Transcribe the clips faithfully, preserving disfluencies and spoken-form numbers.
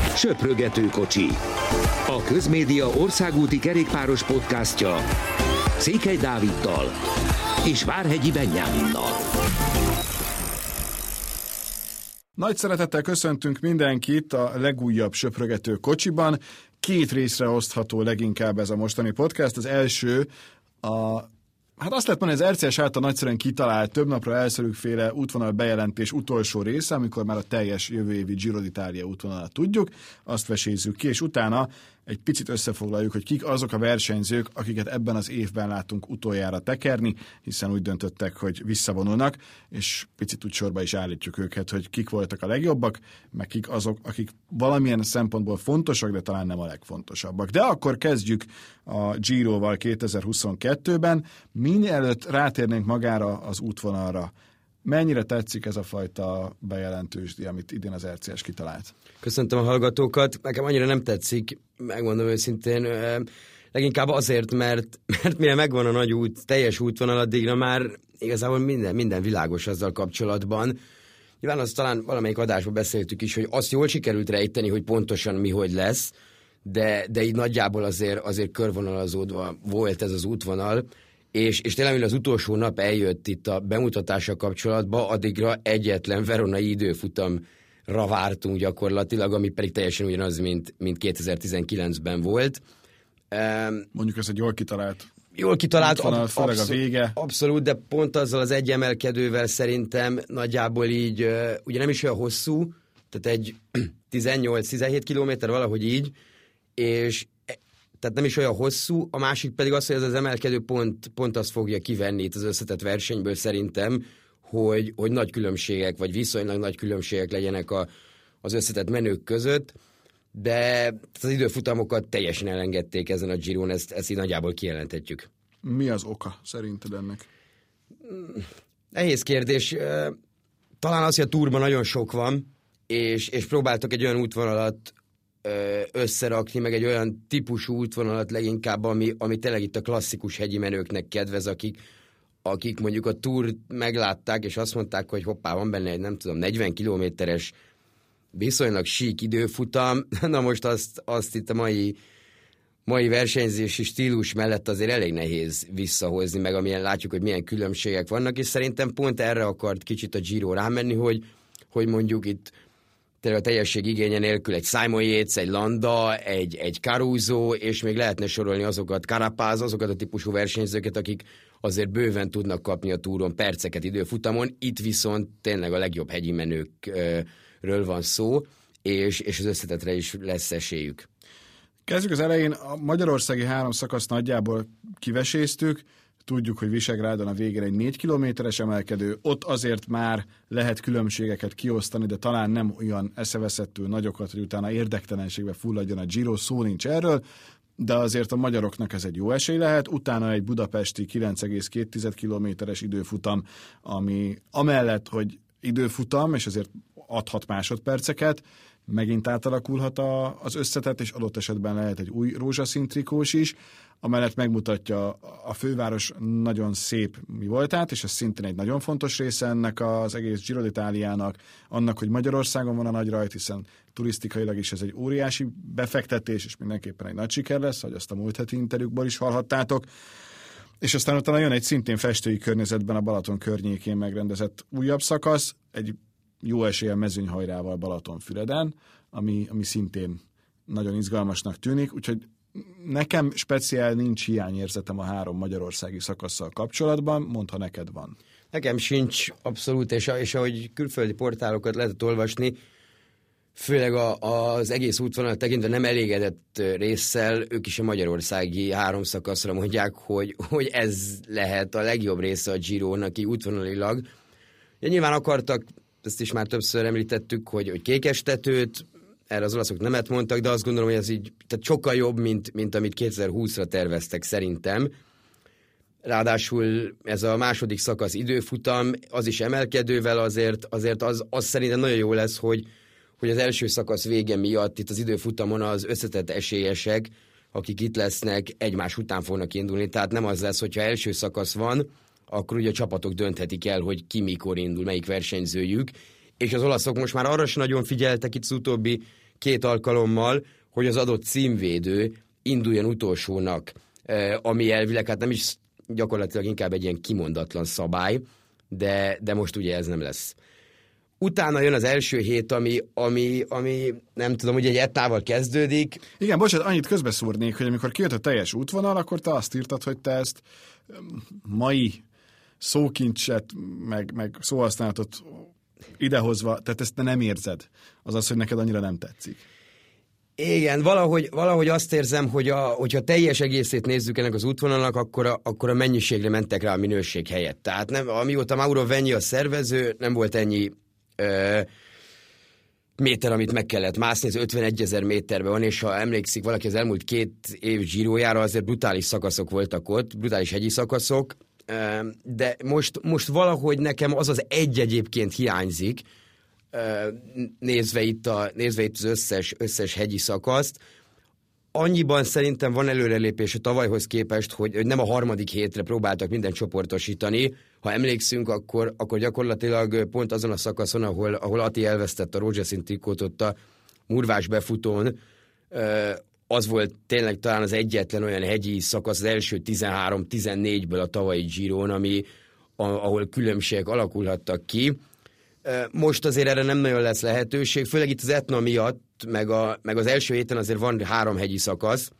Söprögető kocsi. A Közmédia országúti kerékpáros podcastja Székely Dáviddal és Várhegyi Benyáminnal. Nagy szeretettel köszöntünk mindenkit a legújabb Söprögető kocsiban. Két részre osztható leginkább ez a mostani podcast. Az első a Hát azt lehet mondani, az er cé es által nagyszerűen kitalált, több napra elszörükféle útvonal bejelentés utolsó része, amikor már a teljes jövő évi Giro d'Italia útvonalat tudjuk, azt vesézzük ki, és utána egy picit összefoglaljuk, hogy kik azok a versenyzők, akiket ebben az évben látunk utoljára tekerni, hiszen úgy döntöttek, hogy visszavonulnak, és picit úgy sorba is állítjuk őket, hogy kik voltak a legjobbak, meg kik azok, akik valamilyen szempontból fontosak, de talán nem a legfontosabbak. De akkor kezdjük a Giroval kétezer-huszonkettőben. Mielőtt rátérnénk magára az útvonalra, mennyire tetszik ez a fajta bejelentősdi, amit idén az er cé es kitalált? Köszöntöm a hallgatókat. Nekem annyira nem tetszik, megmondom őszintén, leginkább azért, mert, mert mire megvan a nagy út, teljes útvonal, addigra már igazából minden, minden világos azzal kapcsolatban. Nyilván azt talán valamelyik adásban beszéltük is, hogy azt jól sikerült rejteni, hogy pontosan mi hogy lesz, de, de így nagyjából azért, azért körvonalazódva volt ez az útvonal, és, és tényleg, az utolsó nap eljött itt a bemutatása kapcsolatban, addigra egyetlen veronai időfutamra vártunk gyakorlatilag, ami pedig teljesen ugyanaz, mint, mint kétezer-tizenkilencben volt. Mondjuk ez egy jól kitalált Jól kitalált, útvonal, ab, abszol- a vége. Abszolút, de pont azzal az egy emelkedővel szerintem nagyjából így, ugye nem is olyan hosszú, tehát egy tizennyolc-tizenhét kilométer valahogy így, és tehát nem is olyan hosszú, a másik pedig az, hogy ez az emelkedő pont, pont azt fogja kivenni itt az összetett versenyből szerintem, hogy, hogy nagy különbségek, vagy viszonylag nagy különbségek legyenek a, az összetett menők között, de az időfutamokat teljesen elengedték ezen a Giron, ezt, ezt így nagyjából kijelenthetjük. Mi az oka szerinted ennek? Nehéz kérdés. Talán az, hogy a túrban nagyon sok van, és, és próbáltak egy olyan útvonalat összerakni, meg egy olyan típusú útvonalat leginkább, ami, ami tényleg itt a klasszikus hegyi menőknek kedvez, akik, akik mondjuk a túrt meglátták, és azt mondták, hogy hoppá, van benne egy nem tudom, negyven kilométeres viszonylag sík időfutam, na most azt, azt itt a mai, mai versenyzési stílus mellett azért elég nehéz visszahozni, meg amilyen látjuk, hogy milyen különbségek vannak, és szerintem pont erre akart kicsit a Giro rámenni, hogy, hogy mondjuk itt tényleg a teljesség igénye nélkül egy Simon Yates, egy Landa, egy, egy Caruso, és még lehetne sorolni azokat, Carapaz, azokat a típusú versenyzőket, akik azért bőven tudnak kapni a túron perceket időfutamon. Itt viszont tényleg a legjobb hegyi menőkről van szó, és, és az összetetre is lesz esélyük. Kezdjük az elején. A magyarországi három szakaszt nagyjából kiveséztük. Tudjuk, hogy Visegrádon a végén egy négy kilométeres emelkedő, ott azért már lehet különbségeket kiosztani, de talán nem olyan eszeveszettől nagyokat, hogy utána érdektelenségbe fulladjon a Giro, szó nincs erről, de azért a magyaroknak ez egy jó esély lehet. Utána egy budapesti kilenc egész két kilométeres időfutam, ami amellett, hogy időfutam, és azért adhat másodperceket, megint átalakulhat a, az összetett, és adott esetben lehet egy új rózsaszín trikós is, amellett megmutatja a főváros nagyon szép mi voltát, és ez szintén egy nagyon fontos része ennek az egész Giro d'Italiának, annak, hogy Magyarországon van a nagy rajt, hiszen turisztikailag is ez egy óriási befektetés, és mindenképpen egy nagy siker lesz, hogy azt a múlt heti interjúkból is hallhattátok. És aztán utána jön egy szintén festői környezetben a Balaton környékén megrendezett újabb szakasz, egy jó eséllyel mezőnyhajrával Balatonfüreden, ami, ami szintén nagyon izgalmasnak tűnik, úgyhogy nekem speciál nincs hiányérzetem a három magyarországi szakasszal kapcsolatban, mondd, ha neked van. Nekem sincs abszolút, és, és ahogy külföldi portálokat lehetett olvasni, főleg a, az egész útvonal tekintve nem elégedett résszel, ők is a magyarországi három szakaszra mondják, hogy, hogy ez lehet a legjobb része a Girónak így útvonalilag. Ja, nyilván akartak, ezt is már többször említettük, hogy, hogy kékestetőt, erre az olaszok nemet mondtak, de azt gondolom, hogy ez így tehát sokkal jobb, mint, mint amit kétezer-húszra terveztek szerintem. Ráadásul ez a második szakasz időfutam, az is emelkedővel azért, azért az, az szerintem nagyon jó lesz, hogy, hogy az első szakasz vége miatt itt az időfutamon az összetett esélyesek, akik itt lesznek, egymás után fognak indulni. Tehát nem az lesz, hogyha első szakasz van, akkor ugye a csapatok dönthetik el, hogy ki mikor indul, melyik versenyzőjük. És az olaszok most már arra is nagyon figyeltek itt az utóbbi két alkalommal, hogy az adott címvédő induljon utolsónak, ami elvileg hát nem is gyakorlatilag inkább egy ilyen kimondatlan szabály, de, de most ugye ez nem lesz. Utána jön az első hét, ami, ami, ami nem tudom, ugye egy etnával kezdődik. Igen, bocsánat, annyit közbeszúrnék, hogy amikor kijött a teljes útvonal, akkor te azt írtad, hogy te ezt mai szókincset, meg, meg szóhasználatot idehozva, tehát ezt te nem érzed. Az az, hogy neked annyira nem tetszik. Igen, valahogy, valahogy azt érzem, hogy a, hogyha teljes egészét nézzük ennek az útvonalnak, akkor a, akkor a mennyiségre mentek rá a minőség helyett. Tehát nem, amióta Mauro Vegni a szervező, nem volt ennyi ö, méter, amit meg kellett mászni, ez ötvenegyezer méterben van, és ha emlékszik valaki az elmúlt két év Girójára, azért brutális szakaszok voltak ott, brutális hegyi szakaszok, ö, de most, most valahogy nekem az az egy egyébként hiányzik, Nézve itt, a, nézve itt az összes, összes hegyi szakaszt. Annyiban szerintem van előrelépés a tavalyhoz képest, hogy, hogy nem a harmadik hétre próbáltak mindent csoportosítani. Ha emlékszünk, akkor, akkor gyakorlatilag pont azon a szakaszon, ahol, ahol Ati elvesztett a rózsaszín trikót, ott a murvás befutón, az volt tényleg talán az egyetlen olyan hegyi szakasz az első tizenhárom tizennégyből a tavalyi Girón, ami, ahol különbségek alakulhattak ki. Most azért erre nem nagyon lesz lehetőség, főleg itt az Etna miatt, meg, a, meg az első héten azért van három hegyi szakasz,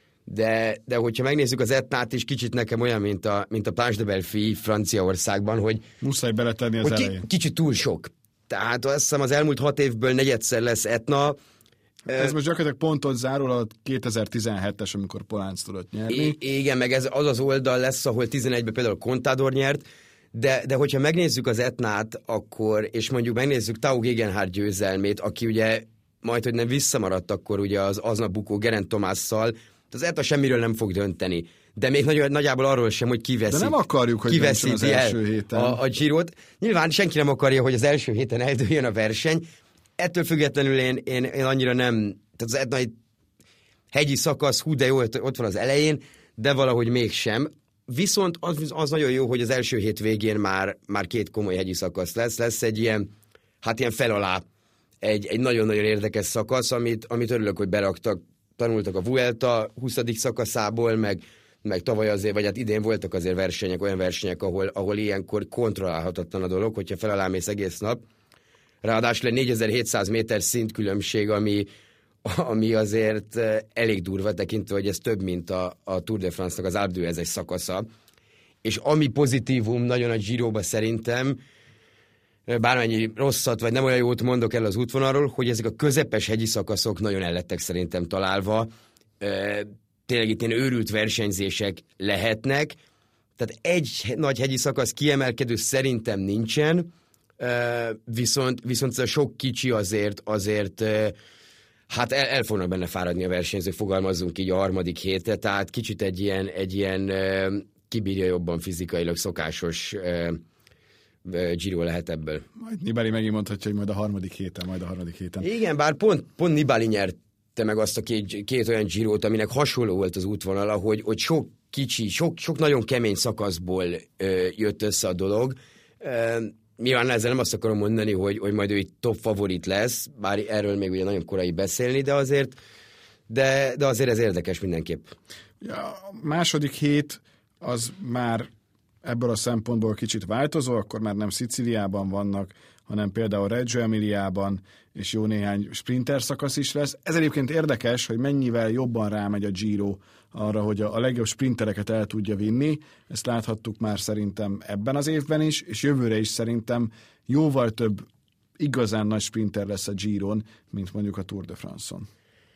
de, de hogyha megnézzük az Etnát is, kicsit nekem olyan, mint a, mint a Planche de Belfi Franciaországban, hogy, muszáj beletenni az hogy elején. Ki, kicsit túl sok. Tehát azt hiszem az elmúlt hat évből negyedszer lesz Etna. Ez most gyakorlatilag pontot zárul a kétezer-tizenhetes, amikor Polánc tudott nyerni. I- igen, meg ez az az oldal lesz, ahol tizenegyben például Contador nyert, De, de hogyha megnézzük az Etnát, akkor, és mondjuk megnézzük Tao Gegenhardt győzelmét, aki ugye majd, hogy nem visszamaradt akkor ugye az aznap bukó Geraint Thomasszal, az Etna semmiről nem fog dönteni. De még nagy, nagyjából arról sem, hogy kiveszi. De nem akarjuk, hogy döntsön az első héten. A, a Girot. Nyilván senki nem akarja, hogy az első héten eldőljön a verseny. Ettől függetlenül én, én, én annyira nem... Tehát az etnai hegyi szakasz, hú de jó, ott van az elején, de valahogy mégsem. Viszont az, az nagyon jó, hogy az első hét végén már, már két komoly hegyi szakasz lesz. Lesz egy ilyen, hát ilyen fel alá, egy, egy nagyon-nagyon érdekes szakasz, amit, amit örülök, hogy beraktak. Tanultak a Vuelta huszadik szakaszából, meg, meg tavaly azért, vagy hát idén voltak azért versenyek, olyan versenyek, ahol, ahol ilyenkor kontrollálhatatlan a dolog, hogyha fel alá mész egész nap. Ráadásul egy négyezer-hétszáz méter szintkülönbség, ami, ami azért elég durva tekintve, hogy ez több, mint a, a Tour de France-nak az Alpe d'Huez egy szakasza. És ami pozitívum nagyon a Giroba szerintem, bármennyi rosszat, vagy nem olyan jót mondok el az útvonalról, hogy ezek a közepes hegyi szakaszok nagyon ellettek szerintem találva. Tényleg itt ilyen őrült versenyzések lehetnek. Tehát egy nagy hegyi szakasz kiemelkedő szerintem nincsen, viszont, viszont ez a sok kicsi azért, azért hát el, el fognak benne fáradni a versenyzők, fogalmazzunk így a harmadik hétre, tehát kicsit egy ilyen, egy ilyen kibírja jobban fizikailag szokásos Giro lehet ebből. Majd Nibali megint mondhatja, hogy majd a harmadik héten, majd a harmadik héten. Igen, bár pont, pont Nibali nyerte meg azt a két, két olyan Girót, aminek hasonló volt az útvonala, hogy, hogy sok kicsi, sok, sok nagyon kemény szakaszból ö, jött össze a dolog. Ö, Nyilván ezzel nem azt akarom mondani, hogy, hogy majd ő egy top favorit lesz, bár erről még ugye nagyon korai beszélni, de azért, de, de azért ez érdekes mindenképp. Ja, a második hét az már ebből a szempontból kicsit változó, akkor már nem Szicíliában vannak, hanem például Reggio Emiliában, és jó néhány sprinter szakasz is lesz. Ez egyébként érdekes, hogy mennyivel jobban rámegy a Giro arra, hogy a legjobb sprintereket el tudja vinni. Ezt láthattuk már szerintem ebben az évben is, és jövőre is szerintem jóval több igazán nagy sprinter lesz a Giron, mint mondjuk a Tour de France-on.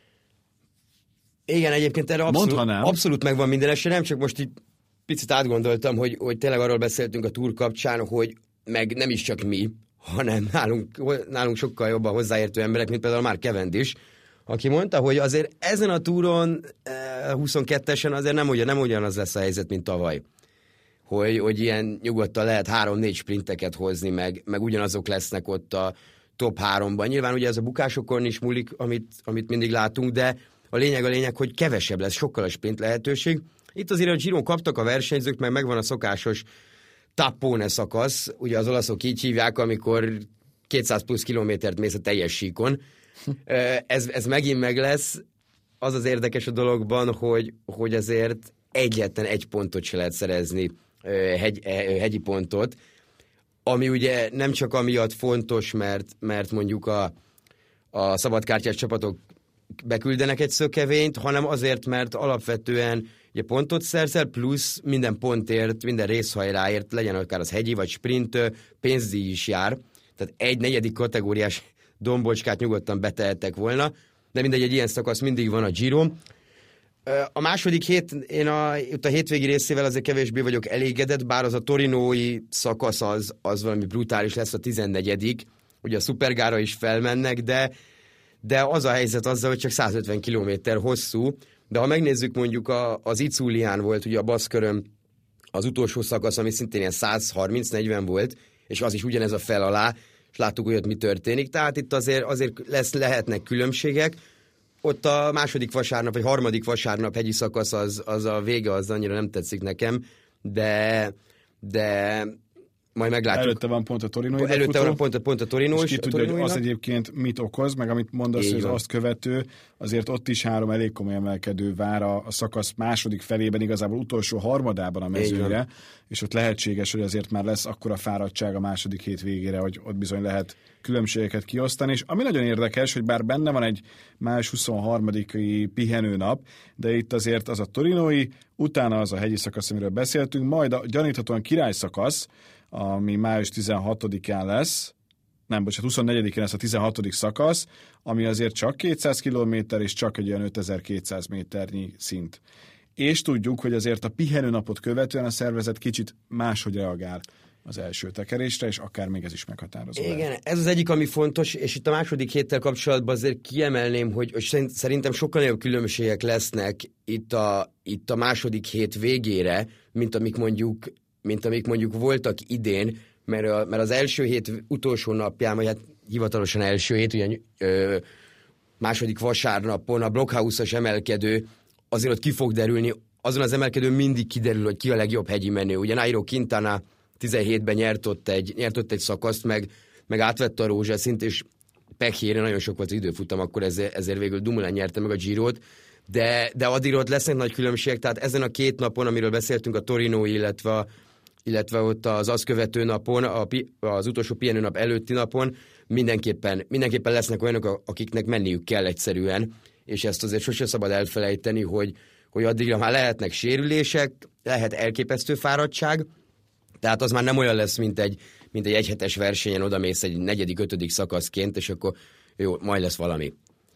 Igen, egyébként erre abszolút, abszolút megvan minden eset, nem csak most így picit átgondoltam, hogy, hogy tényleg arról beszéltünk a Tour kapcsán, hogy meg nem is csak mi, hanem nálunk, nálunk sokkal jobban hozzáértő emberek, mint például Mark Cavendish, aki mondta, hogy azért ezen a túron huszonkettesen azért nem, ugyan, nem ugyanaz lesz a helyzet, mint tavaly. Hogy, hogy ilyen nyugodtan lehet három-négy sprinteket hozni, meg, meg ugyanazok lesznek ott a top háromban. Nyilván ugye ez a bukásokon is múlik, amit, amit mindig látunk, de a lényeg a lényeg, hogy kevesebb lesz, sokkal a sprint lehetőség. Itt azért a Giron kaptak a versenyzők, meg megvan a szokásos tappone szakasz, ugye az olaszok így hívják, amikor kétszáz plusz kilométert mész a teljes síkon, ez, ez megint meg lesz. Az az érdekes a dologban, hogy, hogy azért egyetlen egy pontot se lehet szerezni, hegy, hegyi pontot, ami ugye nem csak amiatt fontos, mert, mert mondjuk a, a szabadkártyás csapatok beküldenek egy szökevényt, hanem azért, mert alapvetően ugye pontot szerzel, plusz minden pontért, minden részhajráért, legyen akár az hegyi vagy sprint, pénzdíj is jár. Tehát egy negyedik kategóriás dombocskát nyugodtan betehettek volna, de mindegy, egy ilyen szakasz mindig van a Giro. A második hét, én a, a hétvégi részével azért kevésbé vagyok elégedett, bár az a torinói szakasz az, az valami brutális lesz, a tizennegyedik Ugye a Supergára is felmennek, de, de az a helyzet azzal, hogy csak százötven kilométer hosszú, de ha megnézzük mondjuk a, az Izulián volt ugye a baszköröm az utolsó szakasz, ami szintén ilyen száz harminc negyven volt, és az is ugyanez a fel alá, és láttuk, hogy ott mi történik. Tehát itt azért, azért lesz, lehetnek különbségek. Ott a második vasárnap, vagy harmadik vasárnap hegyi szakasz, az, az a vége, az annyira nem tetszik nekem, de, de majd meglátjuk. Előtte van pont a Torinói. Előtte van pont a, pont a Torinó. És ki tudja, hogy az egyébként mit okoz, meg amit mondasz, hogy az azt követő, azért ott is három elég komoly emelkedő vár a, a szakasz második felében, igazából utolsó harmadában a mezőre, és ott lehetséges, hogy azért már lesz akkora fáradtság a második hét végére, hogy ott bizony lehet különbségeket kiosztani, és ami nagyon érdekes, hogy bár benne van egy május huszonharmadikai pihenőnap, de itt azért az a torinói, utána az a hegyi szakasz, amiről beszéltünk, majd a gyaníthatóan király szakasz, ami május tizenhatodikán lesz, nem, bocsánat, huszonnegyedikén lesz a tizenhatodik szakasz, ami azért csak kétszáz kilométer, és csak egy olyan ötezer-kétszáz méternyi szint. És tudjuk, hogy azért a pihenőnapot követően a szervezet kicsit máshogy reagál az első tekerésre, és akár még ez is meghatározó. Igen, lehet. ez az egyik, ami fontos, és itt a második héttel kapcsolatban azért kiemelném, hogy, hogy szerintem sokkal nagyobb különbségek lesznek itt a, itt a második hét végére, mint amik mondjuk, mint amik mondjuk voltak idén, mert, a, mert az első hét utolsó napján, vagy hát hivatalosan első hét, ugye ö, második vasárnapon a Blockhouse-os emelkedő, azért ott ki fog derülni, azon az emelkedőn mindig kiderül, hogy ki a legjobb hegyi menő. Ugye Nairo Quintana tizenhétben nyert ott egy, nyert ott egy szakaszt, meg, meg átvette a rózsaszínt, és pekjére nagyon sok volt az időfutam, akkor ezért, ezért végül Dumoulin nyerte meg a Girot, de, de addig ott lesznek nagy különbségek, tehát ezen a két napon, amiről beszéltünk, a Torinó, illetve, illetve ott az azt követő napon, a, az utolsó pihenőnap előtti napon mindenképpen, mindenképpen lesznek olyanok, akiknek menniük kell egyszerűen, és ezt azért sose szabad elfelejteni, hogy, hogy addigra már lehetnek sérülések, lehet elképesztő fáradtság, tehát az már nem olyan lesz, mint egy, mint egy egyhetes versenyen odamész egy negyedik, ötödik szakaszként, és akkor jó, majd lesz valami.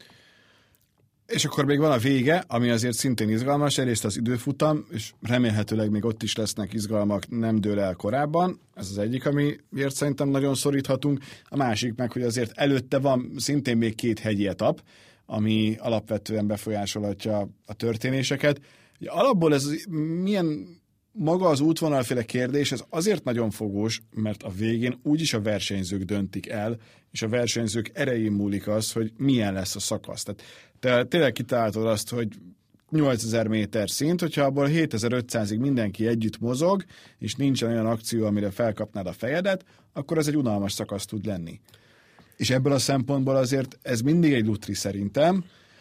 És akkor még van a vége, ami azért szintén izgalmas, egyrészt az időfutam, és remélhetőleg még ott is lesznek izgalmak, nem dől el korábban. Ez az egyik, amiért szerintem nagyon szoríthatunk. A másik meg, hogy azért előtte van szintén még két hegyi etap, ami alapvetően befolyásolhatja a történéseket. Ugye alapból ez milyen maga az útvonalféle kérdés, ez azért nagyon fogós, mert a végén úgyis a versenyzők döntik el, és a versenyzők erején múlik az, hogy milyen lesz a szakasz. Tehát te tényleg kitaláltad azt, hogy nyolcezer méter szint, hogyha abból hétezer-ötszázig mindenki együtt mozog, és nincsen olyan akció, amire felkapnád a fejedet, akkor ez egy unalmas szakasz tud lenni. És ebből a szempontból azért ez mindig egy lutri szerintem.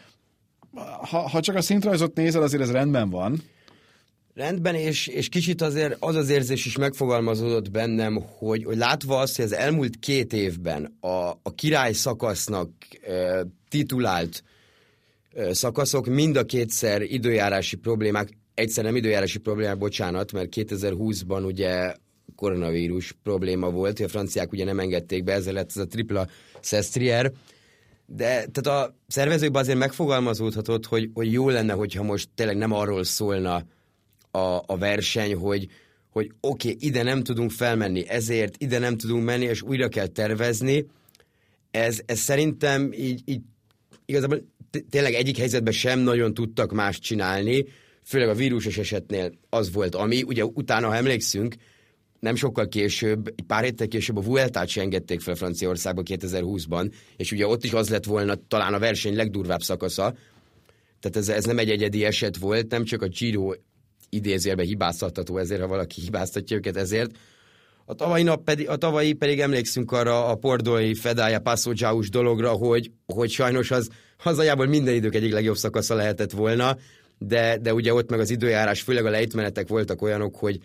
Ha, ha csak a szintrajzot nézel, azért ez rendben van. Rendben, és, és kicsit azért az az érzés is megfogalmazódott bennem, hogy, hogy látva azt, hogy az elmúlt két évben a, a király szakasznak e, titulált e, szakaszok mind a kétszer időjárási problémák, egyszer nem időjárási problémák, bocsánat, mert kétezer-húszban ugye koronavírus probléma volt, hogy a franciák ugye nem engedték be, ezzel lett ez a tripla Sestriere, de tehát a szervezőkben azért megfogalmazódhatott, hogy, hogy jó lenne, hogyha most tényleg nem arról szólna A, a verseny, hogy, hogy oké, okay, ide nem tudunk felmenni, ezért ide nem tudunk menni, és újra kell tervezni. Ez, ez szerintem így, így igazából tényleg egyik helyzetben sem nagyon tudtak mást csinálni, főleg a vírusos esetnél az volt, ami, ugye utána, ha emlékszünk, nem sokkal később, egy pár héttel később a Vueltát se engedték fel Franciaországba kétezer-húszban, és ugye ott is az lett volna talán a verseny legdurvább szakasza, tehát ez, ez nem egy egyedi eset volt, nem csak a Giro idézőjelben hibáztatható ezért, ha valaki hibáztatja őket ezért, A tavalyi, nap pedig, a tavalyi pedig emlékszünk arra a pordói Fedája Passo Gyaus dologra, hogy, hogy sajnos az hazájából minden idők egyik legjobb szakasza lehetett volna, de, de ugye ott meg az időjárás, főleg a lejtmenetek voltak olyanok, hogy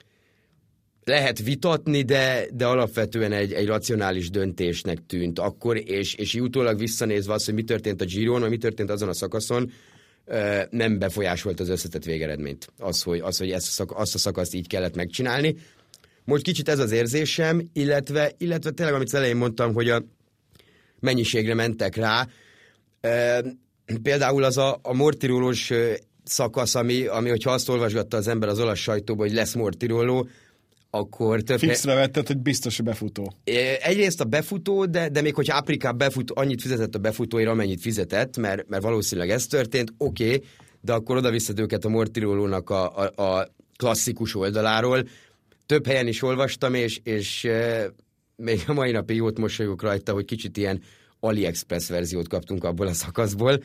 lehet vitatni, de, de alapvetően egy, egy racionális döntésnek tűnt akkor, és, és utólag visszanézve az, hogy mi történt a Giron, vagy mi történt azon a szakaszon, nem befolyásolt az összetett végeredményt. Az, hogy, az, hogy ezt a szak, azt a szakaszt így kellett megcsinálni. Most kicsit ez az érzésem, illetve, illetve tényleg, amit az elején mondtam, hogy a mennyiségre mentek rá. E, például az a, a mortirólós szakasz, ami, ami, hogyha azt olvasgatta az ember az olasz sajtóban, hogy lesz mortiróló, akkor több... Fixre vetted, hogy biztos a befutó. Egyrészt a befutó, de, de még hogyha Apricá befutó, annyit fizetett a befutóira, amennyit fizetett, mert, mert valószínűleg ez történt, oké, okay, de akkor oda-visszad őket a mortirólónak a, a, a klasszikus oldaláról. Több helyen is olvastam, és, és e, még a mai napig jót mosolyogok rajta, hogy kicsit ilyen AliExpress verziót kaptunk abból a szakaszból.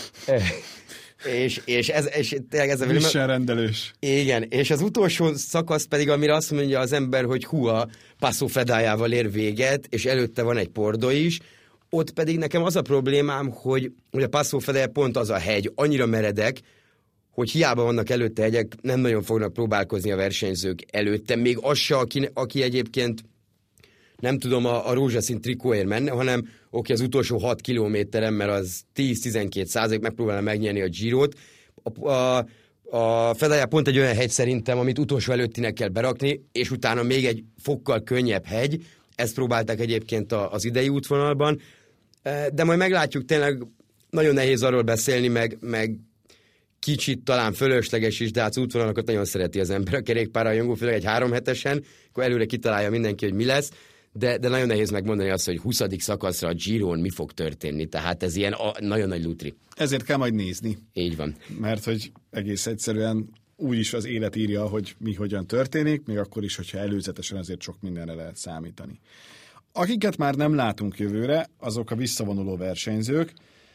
És, és ez, és tényleg ez a Vissen rendelős. Igen, és az utolsó szakasz pedig, amire azt mondja az ember, hogy hú, a Passo Fedájával ér véget, és előtte van egy pordó is, ott pedig nekem az a problémám, hogy, hogy a Passo Fedája pont az a hegy, annyira meredek, hogy hiába vannak előtte hegyek, nem nagyon fognak próbálkozni a versenyzők előtte. Még az se, aki, aki egyébként nem tudom, a, a rózsaszín trikóért menne, hanem oké, az utolsó hat kilométeren, mert az tíz-tizenkét százalék megpróbálna megnyerni a Girot. A, a, a Fedája pont egy olyan hegy szerintem, amit utolsó előttinek kell berakni, és utána még egy fokkal könnyebb hegy. Ezt próbálták egyébként a, az idei útvonalban. De majd meglátjuk, tényleg nagyon nehéz arról beszélni, meg, meg kicsit talán fölösleges is, de hát az útvonalakat nagyon szereti az ember a kerékpárrajongó, főleg egy három hetesen, akkor előre kitalálja mindenki, hogy mi lesz. De, de nagyon nehéz megmondani azt, hogy huszadik szakaszra a Giron mi fog történni. Tehát ez ilyen a, nagyon nagy lutri. Ezért kell majd nézni. Így van. Mert hogy egész egyszerűen úgyis az élet írja, hogy mi hogyan történik, még akkor is, hogyha előzetesen azért sok mindenre lehet számítani. Akiket már nem látunk jövőre, azok a visszavonuló versenyzők,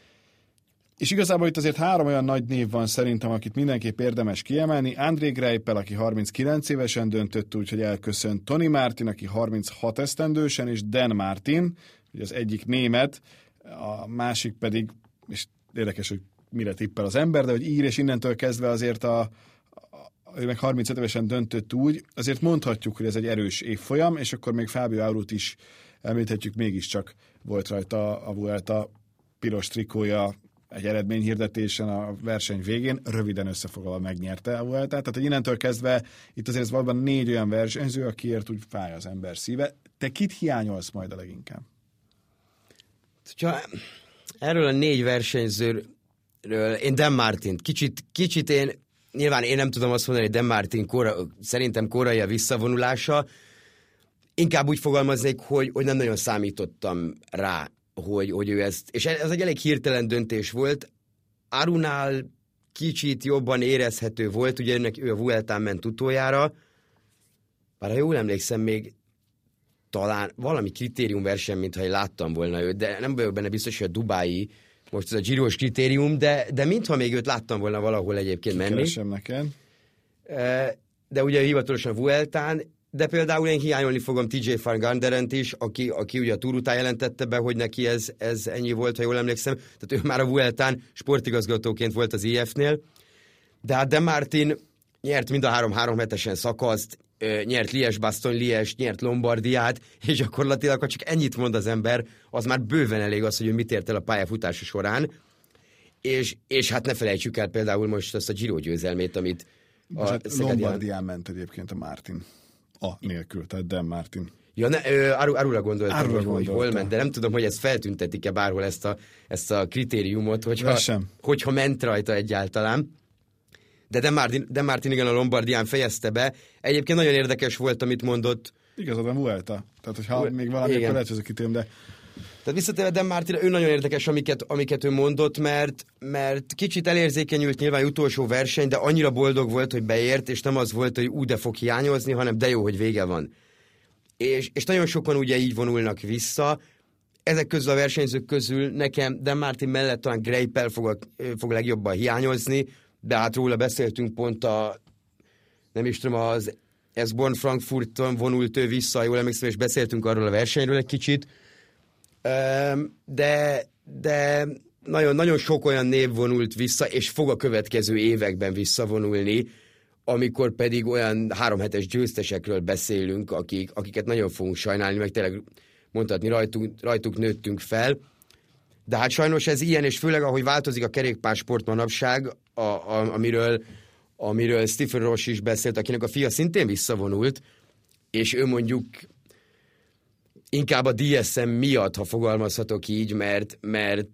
és igazából itt azért három olyan nagy név van szerintem, akit mindenképp érdemes kiemelni. André Greipel, aki harminckilenc évesen döntött úgy, hogy elköszönt. Tony Martin, aki harminchat esztendősen, és Dan Martin, ugye az egyik német, a másik pedig, és érdekes, hogy mire tippel az ember, de hogy ír, és innentől kezdve azért a, a ő meg harmincöt évesen döntött úgy, azért mondhatjuk, hogy ez egy erős évfolyam, és akkor még Fábio Aurut is említhetjük, mégiscsak volt rajta a Vuelta piros trikója, egy eredményhirdetésen a verseny végén, röviden összefoglalva megnyerte a Vueltát. Tehát, hogy innentől kezdve itt azért ez valóban négy olyan versenyző, akiért úgy fáj az ember szíve. Te kit hiányolsz majd a leginkább? Ha erről a négy versenyzőről, én Dan Martint, kicsit, kicsit én, nyilván én nem tudom azt mondani, hogy Dan Martin kora, szerintem korai a visszavonulása. Inkább úgy fogalmaznék, hogy, hogy nem nagyon számítottam rá, Hogy, hogy ő ezt, és ez egy elég hirtelen döntés volt. Arunál kicsit jobban érezhető volt, ugye önnek, ő a Vueltán ment utoljára, bár ha jól emlékszem, még talán valami kritériumverseny, mintha én láttam volna őt, de nem vagyok benne biztos, hogy a dubái, most ez a Giros kritérium, de, de mintha még őt láttam volna valahol egyébként menni. Keresem neked. De ugye hivatalosan a Vueltán, de például én hiányolni fogom té jé Van Garderent is, aki, aki ugye a Tour után jelentette be, hogy neki ez, ez ennyi volt, ha jól emlékszem. Tehát ő már a Vueltán sportigazgatóként volt az i ef-nél. De hát Dan Martin nyert mind a három három hetesen szakaszt, nyert Liège-Bastogne-Liège, nyert Lombardiát, és gyakorlatilag, ha csak ennyit mond az ember, az már bőven elég az, hogy ő mit ért el a pályafutása során. És, és hát ne felejtsük el például most azt a Giro győzelmét, amit a hát Lombardián ment egyébként a Martin. A nélkül, tehát Dan Martin. Ja, ne, ö, Aru, Arura gondoltam, Arura hogy, hogy hol ment, de nem tudom, hogy ezt feltüntetik-e bárhol ezt a, ezt a kritériumot, hogyha, hogyha ment rajta egyáltalán. De Dan Martin, Dan Martin igen a Lombardián fejezte be. Egyébként nagyon érdekes volt, amit mondott. Igazad, a Vuelta. Tehát, hogyha még valami, akkor lehet, hogy ez a kritérium, de... Tehát visszatérve Dan Martin, ő nagyon érdekes, amiket, amiket ő mondott, mert, mert kicsit elérzékenyült nyilván utolsó verseny, de annyira boldog volt, hogy beért, és nem az volt, hogy úgy de fog hiányozni, hanem de jó, hogy vége van. És, és nagyon sokan ugye így vonulnak vissza. Ezek közül a versenyzők közül nekem Dan Martin mellett talán Greipel fog, fog legjobban hiányozni, de hát róla beszéltünk pont a, nem is tudom, az ez Born-Frankfurton vonult ő vissza, jól emlékszem, és beszéltünk arról a versenyről egy kicsit, de, de nagyon, nagyon sok olyan név vonult vissza, és fog a következő években visszavonulni, amikor pedig olyan háromhetes győztesekről beszélünk, akik, akiket nagyon fogunk sajnálni, meg tényleg mondhatni, rajtuk, rajtuk nőttünk fel. De hát sajnos ez ilyen, és főleg ahogy változik a kerékpársport manapság, a, a, amiről, amiről Stephen Roche is beszélt, akinek a fia szintén visszavonult, és ő mondjuk inkább a dé es em miatt, ha fogalmazhatok így, mert, mert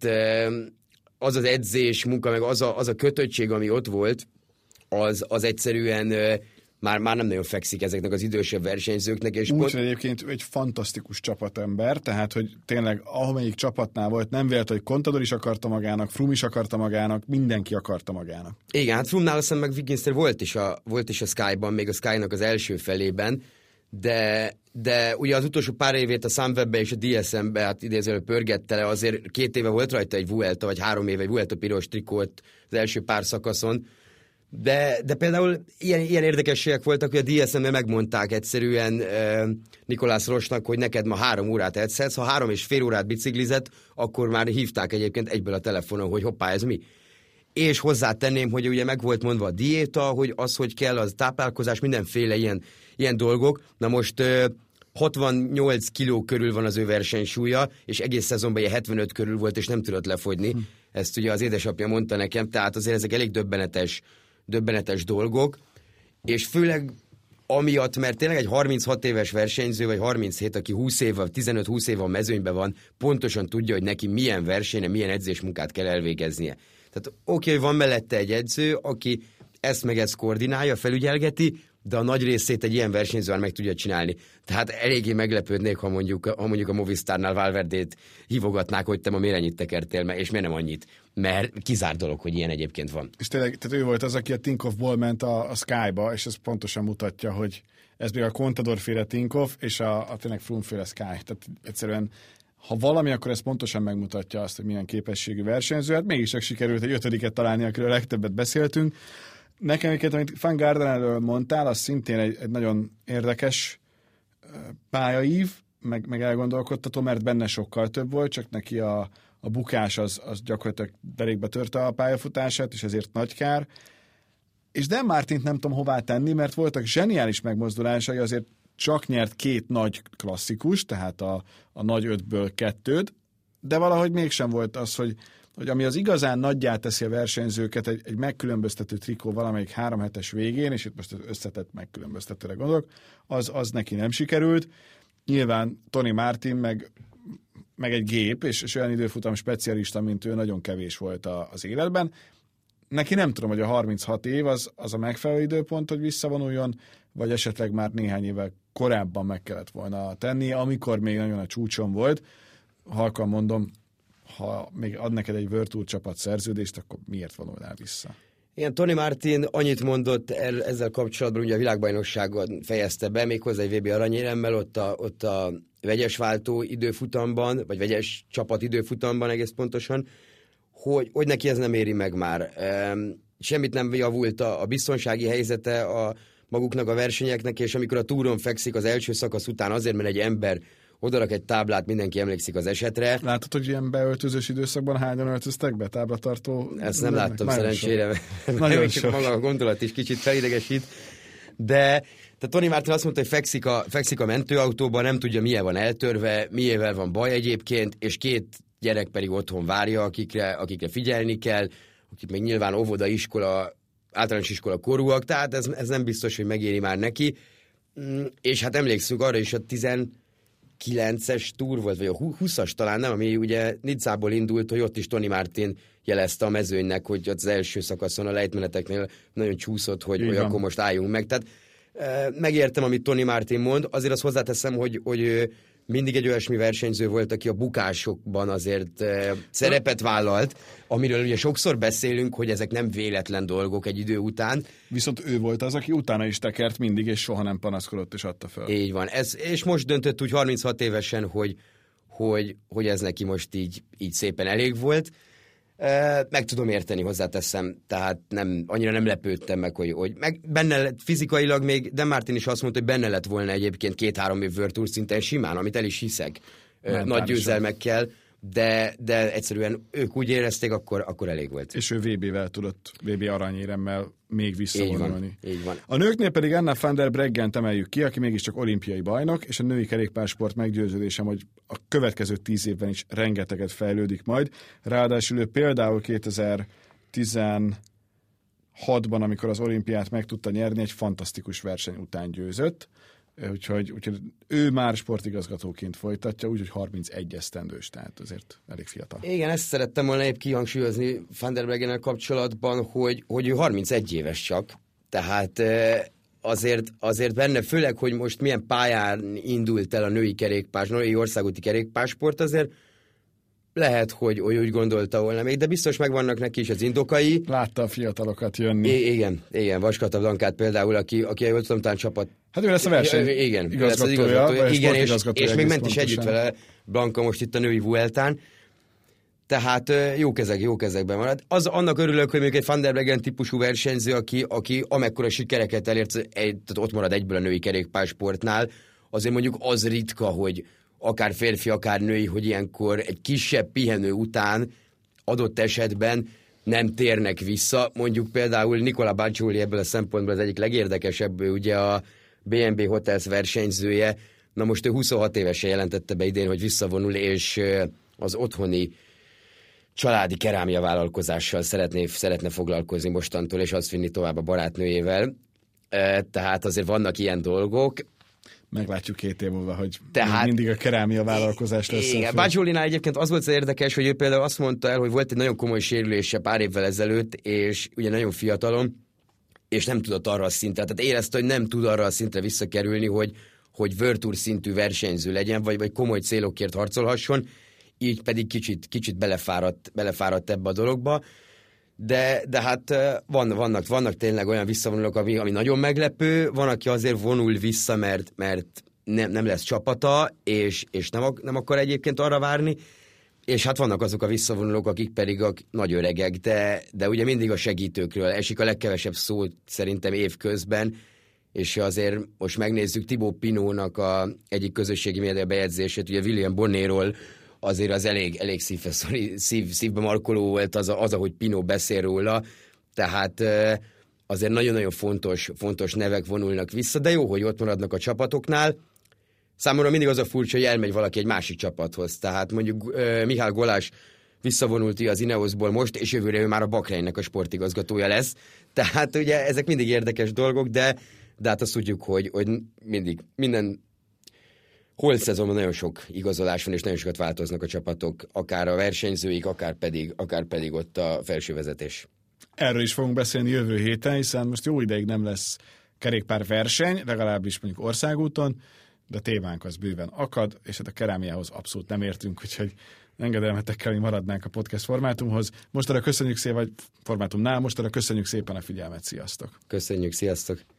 az az edzés munka, meg az a, az a kötöttség, ami ott volt, az, az egyszerűen már, már nem nagyon fekszik ezeknek az idősebb versenyzőknek. És Úgy, pont... hogy egyébként egy fantasztikus csapatember, tehát, hogy tényleg ahomelyik csapatnál volt, nem vélt, hogy Contador is akarta magának, Froome is akarta magának, mindenki akarta magának. Igen, hát Froome-nál azt meg Wigginster volt is a, volt is a Sky-ban, még a Sky-nak az első felében, de, de ugye az utolsó pár évét a Sunwebbe és a dé es em-be, hát idézőleg pörgette le, azért két éve volt rajta egy Vuelta, vagy három éve egy Vuelta piros trikót az első pár szakaszon, de, de például ilyen, ilyen érdekességek voltak, hogy a dé es em-ben megmondták egyszerűen uh, Nicolas Roche-nak, hogy neked ma három órát edzetsz, ha három és fél órát biciklizett, akkor már hívták egyébként egyből a telefonon, hogy hoppá, ez mi? És hozzátenném, hogy ugye meg volt mondva a diéta, hogy az, hogy kell, az táplálkozás, mindenféle ilyen, ilyen dolgok. Na most uh, hatvannyolc kiló körül van az ő versenysúlya, és egész szezonban ilyen hetvenöt körül volt, és nem tudott lefogyni. Hm. Ezt ugye az édesapja mondta nekem, tehát azért ezek elég döbbenetes, döbbenetes dolgok, és főleg amiatt, mert tényleg egy harminchat éves versenyző, vagy harminchét, aki húsz év, tizenöt-húsz év a mezőnyben van, pontosan tudja, hogy neki milyen versenye, milyen edzésmunkát kell elvégeznie. Tehát oké, okay, van mellette egy edző, aki ezt meg ezt koordinálja, felügyelgeti, de a nagy részét egy ilyen versenyző már meg tudja csinálni. Tehát eléggé meglepődnék, ha mondjuk, ha mondjuk a Movistárnál Valverdét hívogatnák, hogy te ma miért ennyit tekertél meg, és miért nem annyit. Mert kizárt dolog, hogy ilyen egyébként van. És tényleg, tehát ő volt az, aki a Tinkoffból ment a, a Sky-ba, és ez pontosan mutatja, hogy ez még a Contador-féle Tinkoff, és a, a tényleg Froome-féle Sky. Tehát egyszerűen, ha valami, akkor ez pontosan megmutatja azt, hogy milyen képességű versenyző. Hát mégis csak sikerült egy ötödiket találni, akiről a legtöbbet beszéltünk. Nekem egyébként, amit Van Gardenelről mondtál, az szintén egy, egy nagyon érdekes pályaív, meg, meg elgondolkodtató, mert benne sokkal több volt, csak neki a, a bukás az, az gyakorlatilag derékbe törte a pályafutását, és ezért nagy kár. És Dan Martint nem tudom hová tenni, mert voltak zseniális megmozdulásai, azért csak nyert két nagy klasszikus, tehát a, a nagy ötből kettőt, de valahogy mégsem volt az, hogy hogy ami az igazán nagyjá teszi a versenyzőket, egy, egy megkülönböztető trikó valamelyik három hetes végén, és itt most az összetett megkülönböztetőre gondolok, az, az neki nem sikerült. Nyilván Tony Martin meg, meg egy gép, és, és olyan időfutam specialista, mint ő, nagyon kevés volt a, az életben. Neki nem tudom, hogy a harminchat év az, az a megfelelő időpont, hogy visszavonuljon, vagy esetleg már néhány évvel korábban meg kellett volna tenni, amikor még nagyon a csúcson volt. Halkan mondom, ha még ad neked egy World Tour csapat szerződést, akkor miért vonulnál vissza? Igen, Tony Martin annyit mondott el, ezzel kapcsolatban, ugye a világbajnokságon fejezte be, méghozzá egy vé bé aranyéremmel, ott a, ott a vegyes váltó időfutamban, vagy vegyes csapat időfutamban egész pontosan, hogy, hogy neki ez nem éri meg már. Semmit nem javult a, a biztonsági helyzete a maguknak a versenyeknek, és amikor a túron fekszik az első szakasz után azért, mert egy ember odarak egy táblát, mindenki emlékszik az esetre. Látod, hogy ilyen beöltözős időszakban hányan öltöztek be táblatartó? Ezt nem láttam nagyon szerencsére. Nagyon sok. Maga a gondolat is kicsit felidegesít. De tehát Tony Martin azt mondta, hogy fekszik a, fekszik a mentőautóban, nem tudja, milyen van eltörve, miével van baj egyébként, és két gyerek pedig otthon várja, akikre, akikre figyelni kell, akik még nyilván óvoda, iskola, általános iskola korúak, tehát ez, ez nem biztos, hogy megéri már neki. És hát emlékszünk arra is, a tizenkilences túr volt, vagy a húszas talán, nem, ami ugye Niczából indult, hogy ott is Tony Martin jelezte a mezőnynek, hogy az első szakaszon a lejtmeneteknél nagyon csúszott, hogy, hogy akkor most álljunk meg. Tehát e, megértem, amit Tony Martin mond, azért azt hozzáteszem, hogy, hogy mindig egy olyasmi versenyző volt, aki a bukásokban azért e, szerepet vállalt, amiről ugye sokszor beszélünk, hogy ezek nem véletlen dolgok egy idő után. Viszont ő volt az, aki utána is tekert mindig, és soha nem panaszkodott, és adta fel. Így van. Ez, és most döntött úgy harminchat évesen, hogy, hogy, hogy ez neki most így, így szépen elég volt. Meg tudom érteni, hozzáteszem, tehát nem, annyira nem lepődtem meg, hogy, hogy meg benne lett, fizikailag még Dan Martin is azt mondta, hogy benne lett volna egyébként két-három év World Tour szinten simán, amit el is hiszek, nem, nagy győzelmekkel, de, de egyszerűen ők úgy érezték, akkor, akkor elég volt. És ő vé bével tudott, vé bé aranyéremmel még visszavonulni. Így van. A nőknél pedig Anna van der Breggent emeljük ki, aki mégiscsak olimpiai bajnok, és a női kerékpársport meggyőződésem, hogy a következő tíz évben is rengeteget fejlődik majd. Ráadásul ő például kétezer-tizenhatban, amikor az olimpiát meg tudta nyerni, egy fantasztikus verseny után győzött. Úgyhogy, úgyhogy ő már sportigazgatóként folytatja, úgyhogy harmincegy esztendős, tehát azért elég fiatal. Igen, ezt szerettem volna épp kihangsúlyozni Van der Breggennel kapcsolatban, hogy, hogy ő harmincegy éves csak, tehát azért, azért benne, főleg, hogy most milyen pályán indult el a női kerékpás, női országúti kerékpársport, azért lehet, hogy úgy gondolta volna még, de biztos megvannak neki is az indokai. Látta a fiatalokat jönni. I- igen, igen, Vaskata Blankát például, aki, aki jól tudom, talán csapat... Hát ő lesz a verseny igen, igazgatója, igazgatója. Igen, és, és még ment pontosan. is együtt vele Blanka most itt a női Vueltán. Tehát jó kezek, jó kezekben marad. Az, annak örülök, hogy mondjuk egy Van der Breggen típusú versenyző, aki, aki amekkora sikereket elért, egy, tehát ott marad egyből a női kerékpársportnál, azért mondjuk az ritka, hogy akár férfi, akár női, hogy ilyenkor egy kisebb pihenő után adott esetben nem térnek vissza. Mondjuk például Nicola Baciuli ebből a szempontból az egyik legérdekesebb, ugye a bé en bé Hotels versenyzője. Na most ő huszonhat évesen jelentette be idén, hogy visszavonul, és az otthoni családi kerámia vállalkozással szeretné, szeretne foglalkozni mostantól, és azt vinni tovább a barátnőjével. Tehát azért vannak ilyen dolgok. Meglátjuk két év múlva, hogy Tehát, mindig a kerámia vállalkozás lesz. Igen, Baciulinál egyébként az volt az érdekes, hogy ő például azt mondta el, hogy volt egy nagyon komoly sérülése pár évvel ezelőtt, és ugye nagyon fiatalon, és nem tudott arra a szintre, tehát érezte, hogy nem tud arra a szintre visszakerülni, hogy, hogy World Tour szintű versenyző legyen, vagy, vagy komoly célokért harcolhasson, így pedig kicsit, kicsit belefáradt, belefáradt ebbe a dologba. De, de hát van, vannak, vannak tényleg olyan visszavonulók, ami, ami nagyon meglepő, van, aki azért vonul vissza, mert, mert nem, nem lesz csapata, és, és nem, nem akar egyébként arra várni, és hát vannak azok a visszavonulók, akik pedig a nagy öregek, de, de ugye mindig a segítőkről esik a legkevesebb szó szerintem évközben, és azért most megnézzük Thibaut Pinotnak a egyik közösségi média bejegyzését, ugye William Bonnéról, azért az elég, elég szívbe, szív, szívbe markoló volt az, az, ahogy Pinot beszél róla, tehát azért nagyon-nagyon fontos, fontos nevek vonulnak vissza, de jó, hogy ott maradnak a csapatoknál. Számomra mindig az a furcsa, hogy elmegy valaki egy másik csapathoz, tehát mondjuk uh, Mihály Golás visszavonult az Ineosból most, és jövőre ő már a Bakreinnek a sportigazgatója lesz, tehát ugye ezek mindig érdekes dolgok, de, de hát azt tudjuk, hogy, hogy mindig minden holt szezonban nagyon sok igazolás van, és nagyon sokat változnak a csapatok, akár a versenyzőik, akár pedig, akár pedig ott a felső vezetés. Erről is fogunk beszélni jövő héten, hiszen most jó ideig nem lesz kerékpár verseny, legalábbis mondjuk országúton, de témánk az bőven akad, és hát a kerámiához abszolút nem értünk, úgyhogy engedelmetekkel mi maradnánk a podcast formátumhoz. Mostanra köszönjük szépen, vagy formátumnál, mostanra köszönjük szépen a figyelmet, sziasztok! Köszönjük, sziasztok!